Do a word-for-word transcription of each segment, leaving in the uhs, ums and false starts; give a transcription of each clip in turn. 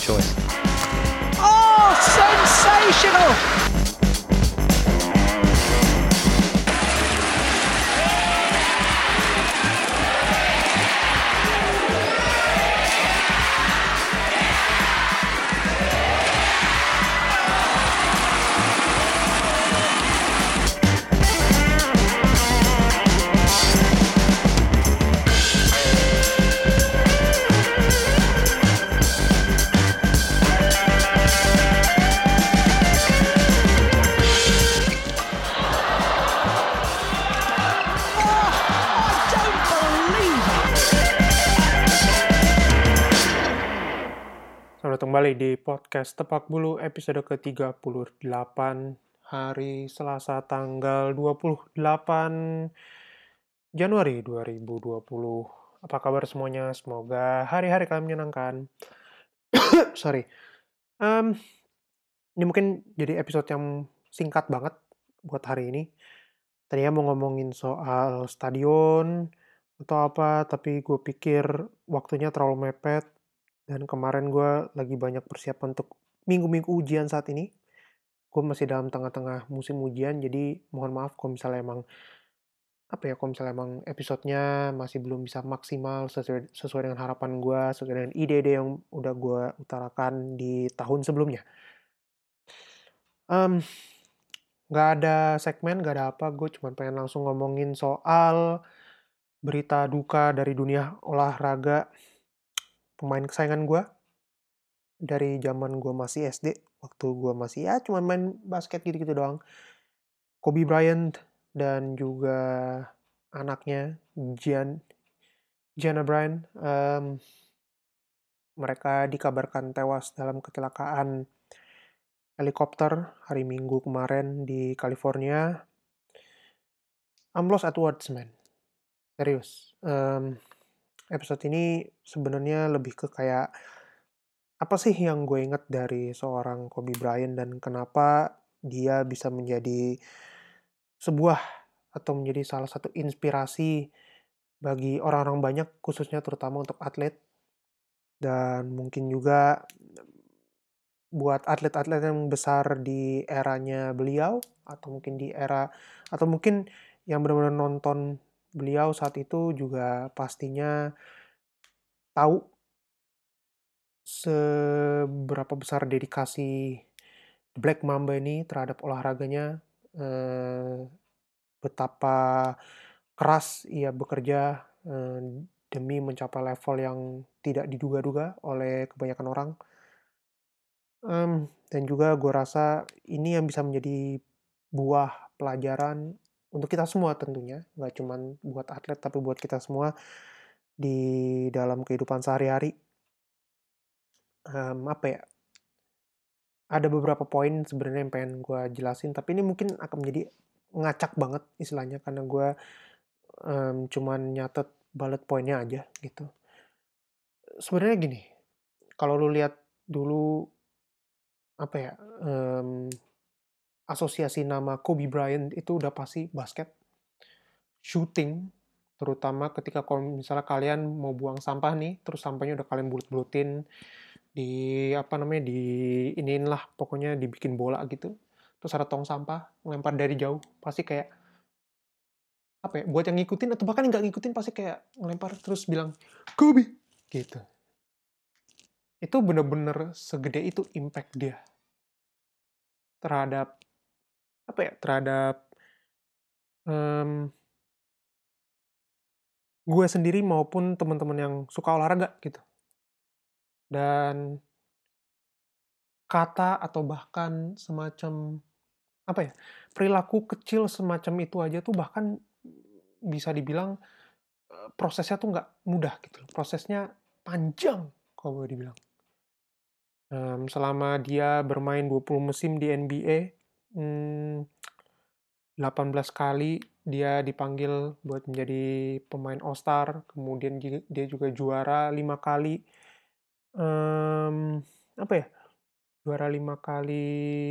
choice. Oh, sensational! Selamat kembali di podcast Tepak Bulu episode ke tiga puluh delapan hari Selasa tanggal dua puluh delapan Januari dua ribu dua puluh. Apa kabar semuanya? Semoga hari-hari kalian menyenangkan. Sorry. Um, ini mungkin jadi episode yang singkat banget buat hari ini. Tadinya mau ngomongin soal stadion atau apa, tapi gue pikir waktunya terlalu mepet. Dan kemarin gue lagi banyak persiapan untuk minggu-minggu ujian saat ini. Gue masih dalam tengah-tengah musim ujian, jadi mohon maaf kalau misalnya emang apa ya, kalau misalnya emang episodenya masih belum bisa maksimal sesuai, sesuai dengan harapan gue, sesuai dengan ide-ide yang udah gue utarakan di tahun sebelumnya. Um, Gak ada segmen, gak ada apa, gue cuma pengen langsung ngomongin soal berita duka dari dunia olahraga pemain kesayangan gue dari zaman gue masih S D, waktu gue masih ya cuma main basket gitu-gitu doang. Kobe Bryant dan juga anaknya Gian Gianna Bryant, um, mereka dikabarkan tewas dalam kecelakaan helikopter hari Minggu kemarin di California. I'm lost at words, man. Serius. Um, episode ini sebenarnya lebih ke kayak apa sih yang gue inget dari seorang Kobe Bryant dan kenapa dia bisa menjadi sebuah atau menjadi salah satu inspirasi bagi orang-orang banyak, khususnya terutama untuk atlet. Dan mungkin juga buat atlet-atlet yang besar di eranya beliau, atau mungkin di era, atau mungkin yang benar-benar nonton beliau saat itu juga pastinya tahu seberapa besar dedikasi Black Mamba ini terhadap olahraganya, eh, betapa keras ia bekerja eh, demi mencapai level yang tidak diduga-duga oleh kebanyakan orang. Um, dan juga gue rasa ini yang bisa menjadi buah pelajaran untuk kita semua tentunya, nggak cuma buat atlet tapi buat kita semua di dalam kehidupan sehari-hari. Um, apa ya? Ada beberapa poin sebenarnya yang pengen gue jelasin, tapi ini mungkin akan menjadi ngacak banget istilahnya karena gue um, cuman nyatet bullet pointnya aja gitu. Sebenarnya gini, kalau lu lihat dulu apa ya, um, asosiasi nama Kobe Bryant itu udah pasti basket, shooting, terutama ketika kalau misalnya kalian mau buang sampah nih, terus sampahnya udah kalian bulut-bulutin di apa namanya di iniin lah, pokoknya dibikin bola gitu, terus ada tong sampah, ngelempar dari jauh, pasti kayak apa ya, buat yang ngikutin atau bahkan yang nggak ngikutin pasti kayak ngelempar terus bilang Kobe gitu. Itu bener-bener segede itu impact dia terhadap apa ya, terhadap um, gue sendiri maupun teman-teman yang suka olahraga gitu. Dan kata atau bahkan semacam apa ya, perilaku kecil semacam itu aja tuh bahkan bisa dibilang eh, prosesnya tuh nggak mudah gitu. Prosesnya panjang kalau boleh dibilang. Um, selama dia bermain dua puluh musim di N B A, hmm, delapan belas kali dia dipanggil buat menjadi pemain All-Star, kemudian dia juga juara lima kali. Um, apa ya? Juara lima kali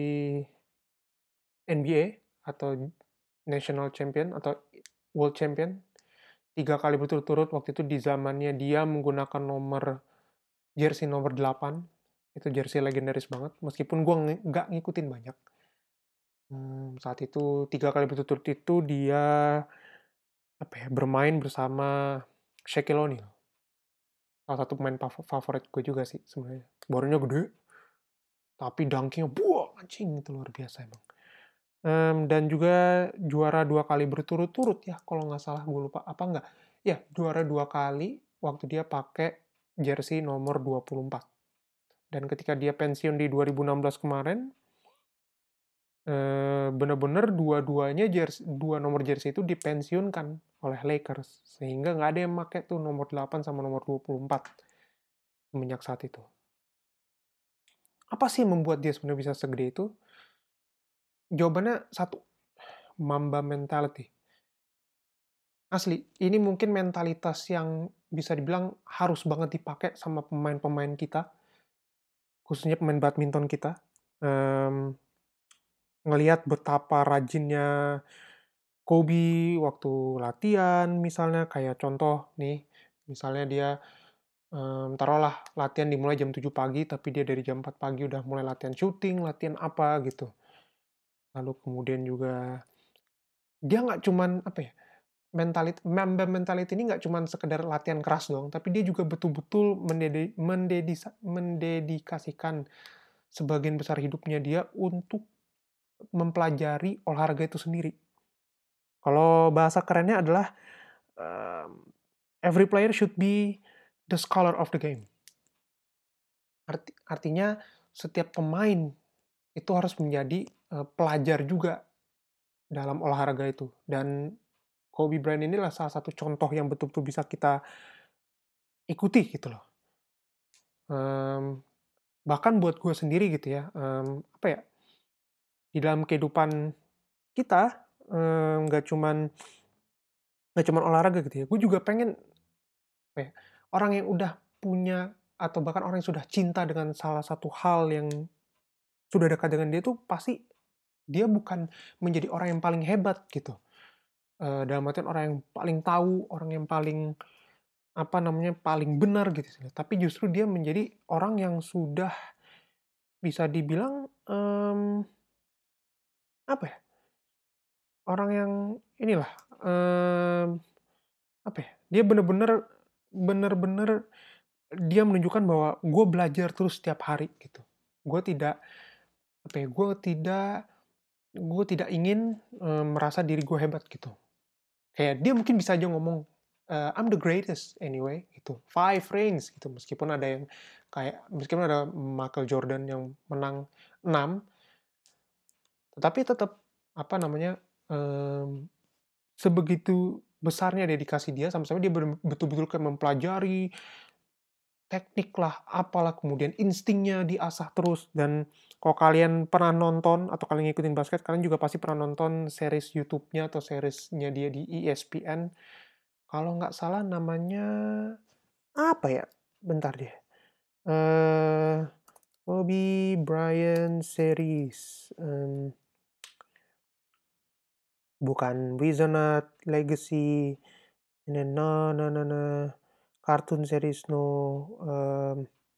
N B A atau National Champion atau World Champion. Tiga kali berturut-turut waktu itu di zamannya dia menggunakan nomor jersey nomor delapan. Itu jersey legendaris banget, meskipun gue nge- nggak ngikutin banyak. Hmm, saat itu tiga kali berturut-turut itu dia apa ya bermain bersama Shaquille O'Neal, salah satu pemain fav- favorit gue juga sih sebenarnya. Barunya gede, tapi dunkingnya buah anjing itu luar biasa emang. Em, dan juga juara dua kali berturut-turut ya, kalau nggak salah gue lupa apa nggak. Ya, juara dua kali waktu dia pakai jersey nomor dua puluh empat. Dan ketika dia pensiun di dua ribu enam belas kemarin, eh, bener-bener dua-duanya jersey, dua nomor jersey itu dipensiunkan oleh Lakers. Sehingga nggak ada yang pakai tuh nomor delapan sama nomor dua puluh empat semenjak saat itu. Apa sih yang membuat dia sebenarnya bisa segede itu? Jawabannya satu, Mamba mentality. Asli, ini mungkin mentalitas yang bisa dibilang harus banget dipakai sama pemain-pemain kita, khususnya pemain badminton kita. Em, ngelihat betapa rajinnya Kobe waktu latihan, misalnya kayak contoh nih, misalnya dia em, taruhlah latihan dimulai jam tujuh pagi, tapi dia dari jam empat pagi udah mulai latihan shooting, latihan apa gitu. Lalu kemudian juga dia nggak cuman apa ya, mentality Mamba mentality ini nggak cuman sekedar latihan keras doang, tapi dia juga betul-betul mendedi, mendedisa, mendedikasikan sebagian besar hidupnya dia untuk mempelajari olahraga itu sendiri. Kalau bahasa kerennya adalah um, every player should be the scholar of the game. Arti, artinya setiap pemain itu harus menjadi uh, pelajar juga dalam olahraga itu. Dan Kobe Bryant inilah salah satu contoh yang betul-betul bisa kita ikuti gitu loh. Um, bahkan buat gue sendiri gitu ya, um, apa ya, di dalam kehidupan kita nggak um, cuman nggak cuman olahraga gitu ya, gue juga pengen apa ya, orang yang udah punya atau bahkan orang yang sudah cinta dengan salah satu hal yang sudah dekat dengan dia tuh pasti dia bukan menjadi orang yang paling hebat gitu. Eh, dalam artian orang yang paling tahu, orang yang paling apa namanya paling benar gitu sih. Tapi justru dia menjadi orang yang sudah bisa dibilang em, apa ya? Orang yang inilah em, apa ya? Dia bener-bener bener-bener dia menunjukkan bahwa gue belajar terus setiap hari gitu. Gue tidak apa ya? Gue tidak gue tidak ingin em, merasa diri gue hebat gitu. Kayak dia mungkin bisa aja ngomong eh, I'm the greatest anyway gitu. Five rings gitu. Meskipun ada yang kayak meskipun ada Michael Jordan yang menang enam, tetapi tetap apa namanya em, sebegitu besarnya dedikasi dia sampai-sampai dia betul-betul kayak mempelajari teknik lah, apalah, kemudian instingnya diasah terus. Dan kalau kalian pernah nonton atau kalian ngikutin basket, kalian juga pasti pernah nonton series YouTube-nya atau seriesnya dia di E S P N. Kalau nggak salah namanya apa ya? Bentar deh. Eh, Kobe Bryant series. Em, bukan Wizard Legacy. Ini no no no no. Cartoon series no. Em,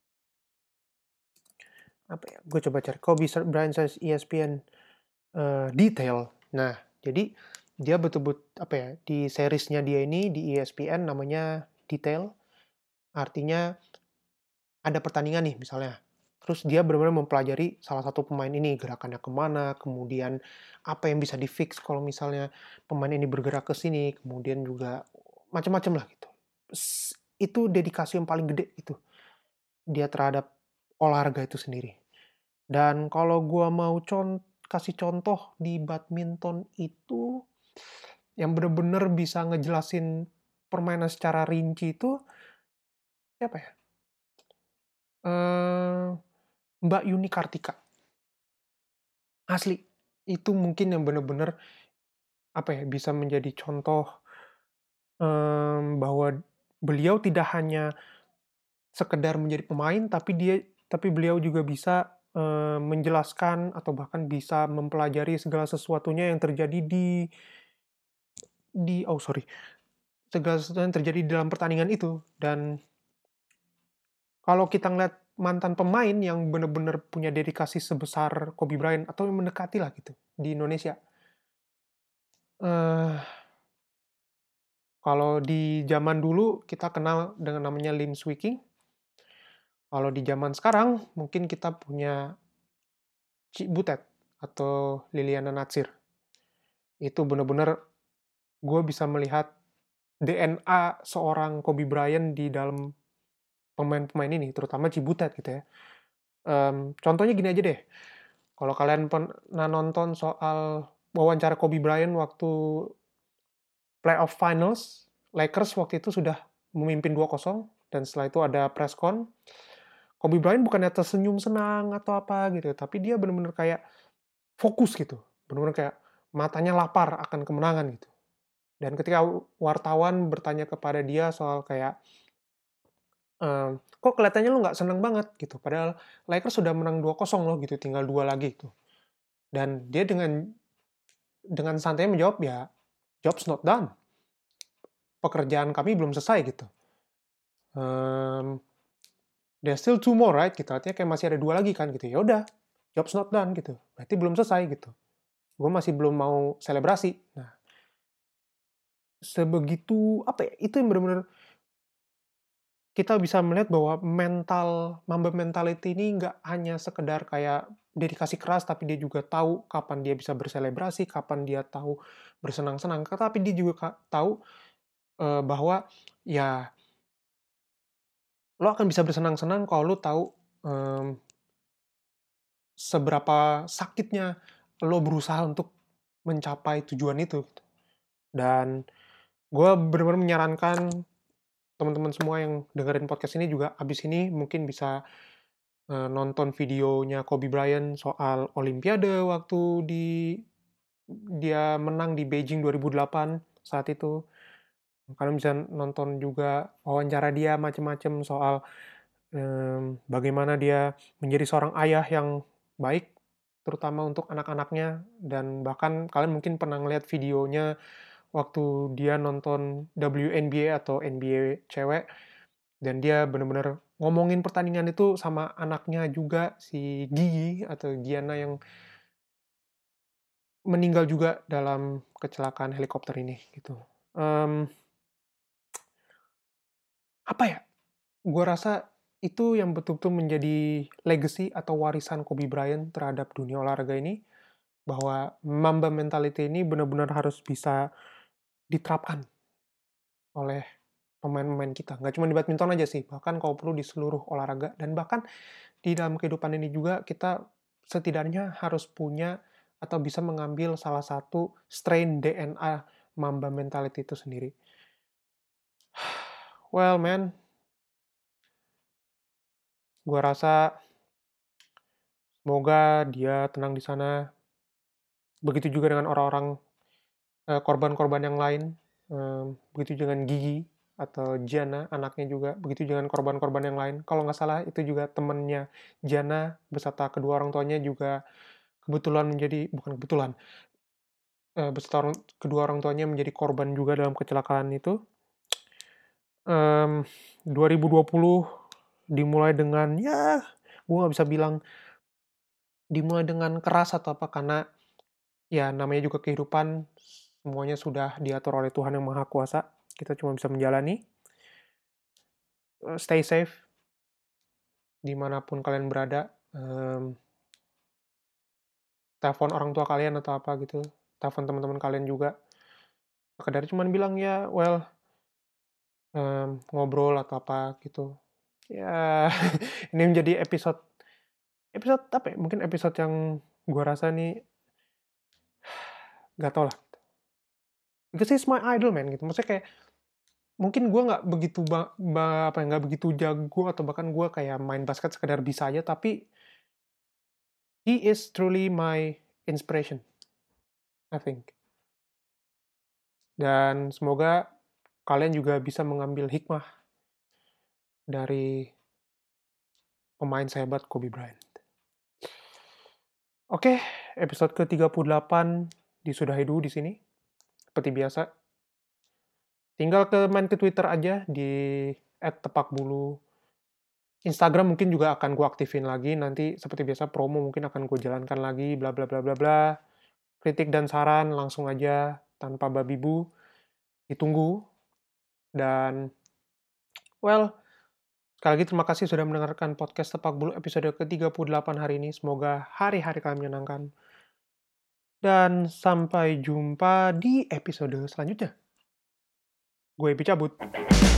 apa ya? Gue coba cari Kobe Bryant series E S P N eh, detail. Nah, jadi dia betul-betul apa ya? Di seriesnya dia ini di E S P N namanya detail. Artinya ada pertandingan nih misalnya. Terus dia benar-benar mempelajari salah satu pemain ini, gerakannya kemana, kemudian apa yang bisa di-fix kalau misalnya pemain ini bergerak ke sini, kemudian juga macam-macam lah gitu. S- Itu dedikasi yang paling gede itu dia terhadap olahraga itu sendiri. Dan kalau gua mau con kasih contoh di badminton itu yang benar-benar bisa ngejelasin permainan secara rinci itu siapa ya? Eh, Mbak Yuni Kartika. Asli, itu mungkin yang benar-benar apa ya, bisa menjadi contoh, mmm, bahwa beliau tidak hanya sekedar menjadi pemain, tapi dia tapi beliau juga bisa, eee, menjelaskan atau bahkan bisa mempelajari segala sesuatunya yang terjadi di di oh sorry, segala sesuatu yang terjadi dalam pertandingan itu. Dan kalau kita ngeliat mantan pemain yang bener-bener punya dedikasi sebesar Kobe Bryant atau yang mendekati lah gitu di Indonesia. Eh, kalau di zaman dulu kita kenal dengan namanya Lim Swee King. Kalau di zaman sekarang mungkin kita punya Ci Butet atau Liliana Natsir. Itu bener-bener gue bisa melihat D N A seorang Kobe Bryant di dalam pemain-pemain ini, terutama Ci Butet gitu ya. Um, contohnya gini aja deh, kalau kalian pernah nonton soal wawancara Kobe Bryant waktu playoff finals, Lakers waktu itu sudah memimpin dua kosong, dan setelah itu ada press con, Kobe Bryant bukannya tersenyum senang atau apa gitu, tapi dia benar-benar kayak fokus gitu, benar-benar kayak matanya lapar akan kemenangan gitu. Dan ketika wartawan bertanya kepada dia soal kayak, ehm, kok kelihatannya lu nggak seneng banget gitu, padahal Lakers sudah menang dua kosong loh gitu, tinggal dua lagi gitu. Dan dia dengan dengan santai menjawab, ya, job's not done. Pekerjaan kami belum selesai gitu. Um, there's still two more, right? Gitu. Artinya kayak masih ada dua lagi kan gitu. Ya udah, job's not done gitu. Berarti belum selesai gitu. Gue masih belum mau selebrasi. Nah, sebegitu apa ya? Itu yang benar-benar kita bisa melihat bahwa mental Mamba mentality ini nggak hanya sekedar kayak dedikasi keras, tapi dia juga tahu kapan dia bisa berselebrasi, kapan dia tahu bersenang-senang, tapi dia juga tahu uh, bahwa ya lo akan bisa bersenang-senang kalau lo tahu um, seberapa sakitnya lo berusaha untuk mencapai tujuan itu. Dan gue benar-benar menyarankan teman-teman semua yang dengerin podcast ini juga abis ini mungkin bisa uh, nonton videonya Kobe Bryant soal Olimpiade waktu di dia menang di Beijing dua ribu delapan saat itu. Kalian bisa nonton juga wawancara dia macam-macam soal um, bagaimana dia menjadi seorang ayah yang baik, terutama untuk anak-anaknya, dan bahkan kalian mungkin pernah ngeliat videonya waktu dia nonton W N B A atau N B A cewek, dan dia benar-benar ngomongin pertandingan itu sama anaknya juga, si Gigi atau Gianna yang meninggal juga dalam kecelakaan helikopter ini gitu. Um, apa ya? Gue rasa itu yang betul-betul menjadi legacy atau warisan Kobe Bryant terhadap dunia olahraga ini, bahwa Mamba mentality ini benar-benar harus bisa diterapkan oleh pemain-pemain kita. Nggak cuma di badminton aja sih, bahkan kalau perlu di seluruh olahraga. Dan bahkan di dalam kehidupan ini juga kita setidaknya harus punya atau bisa mengambil salah satu strain D N A Mamba mentality itu sendiri. Well, man, gue rasa semoga dia tenang di sana. Begitu juga dengan orang-orang uh, korban-korban yang lain. Um, begitu juga dengan Gigi atau Jana, anaknya juga. Begitu juga dengan korban-korban yang lain. Kalau nggak salah, itu juga temannya Jana beserta kedua orang tuanya juga kebetulan menjadi, bukan kebetulan, uh, beserta orang, kedua orang tuanya menjadi korban juga dalam kecelakaan itu. Um, dua ribu dua puluh dimulai dengan, ya, gue nggak bisa bilang dimulai dengan keras atau apa, karena ya namanya juga kehidupan, semuanya sudah diatur oleh Tuhan yang Maha Kuasa. Kita cuma bisa menjalani. Stay safe dimanapun kalian berada. Um, telepon orang tua kalian atau apa gitu. Telepon teman-teman kalian juga. Sekedar cuma bilang ya, well, um, ngobrol atau apa gitu. Ya, ini menjadi episode episode apa ya? Mungkin episode yang gue rasa nih gak tau lah. Because he's my idol, man, gitu. Maksudnya kayak mungkin gue nggak begitu ba, ba, apa nggak begitu jago atau bahkan gue kayak main basket sekedar bisa aja, tapi he is truly my inspiration, I think. Dan semoga kalian juga bisa mengambil hikmah dari pemain sehebat Kobe Bryant. Oke, episode ke tiga puluh delapan disudahi dulu di sini. Seperti biasa. Tinggal ke main ke Twitter aja di et tepakbulu. Instagram mungkin juga akan gue aktifin lagi. Nanti seperti biasa promo mungkin akan gue jalankan lagi, bla bla bla bla bla. Kritik dan saran langsung aja tanpa babi bu. Ditunggu. Dan well, sekali lagi terima kasih sudah mendengarkan podcast Tepak Bulu episode ke tiga puluh delapan hari ini. Semoga hari-hari kalian menyenangkan. Dan sampai jumpa di episode selanjutnya. Gue Ebi cabut.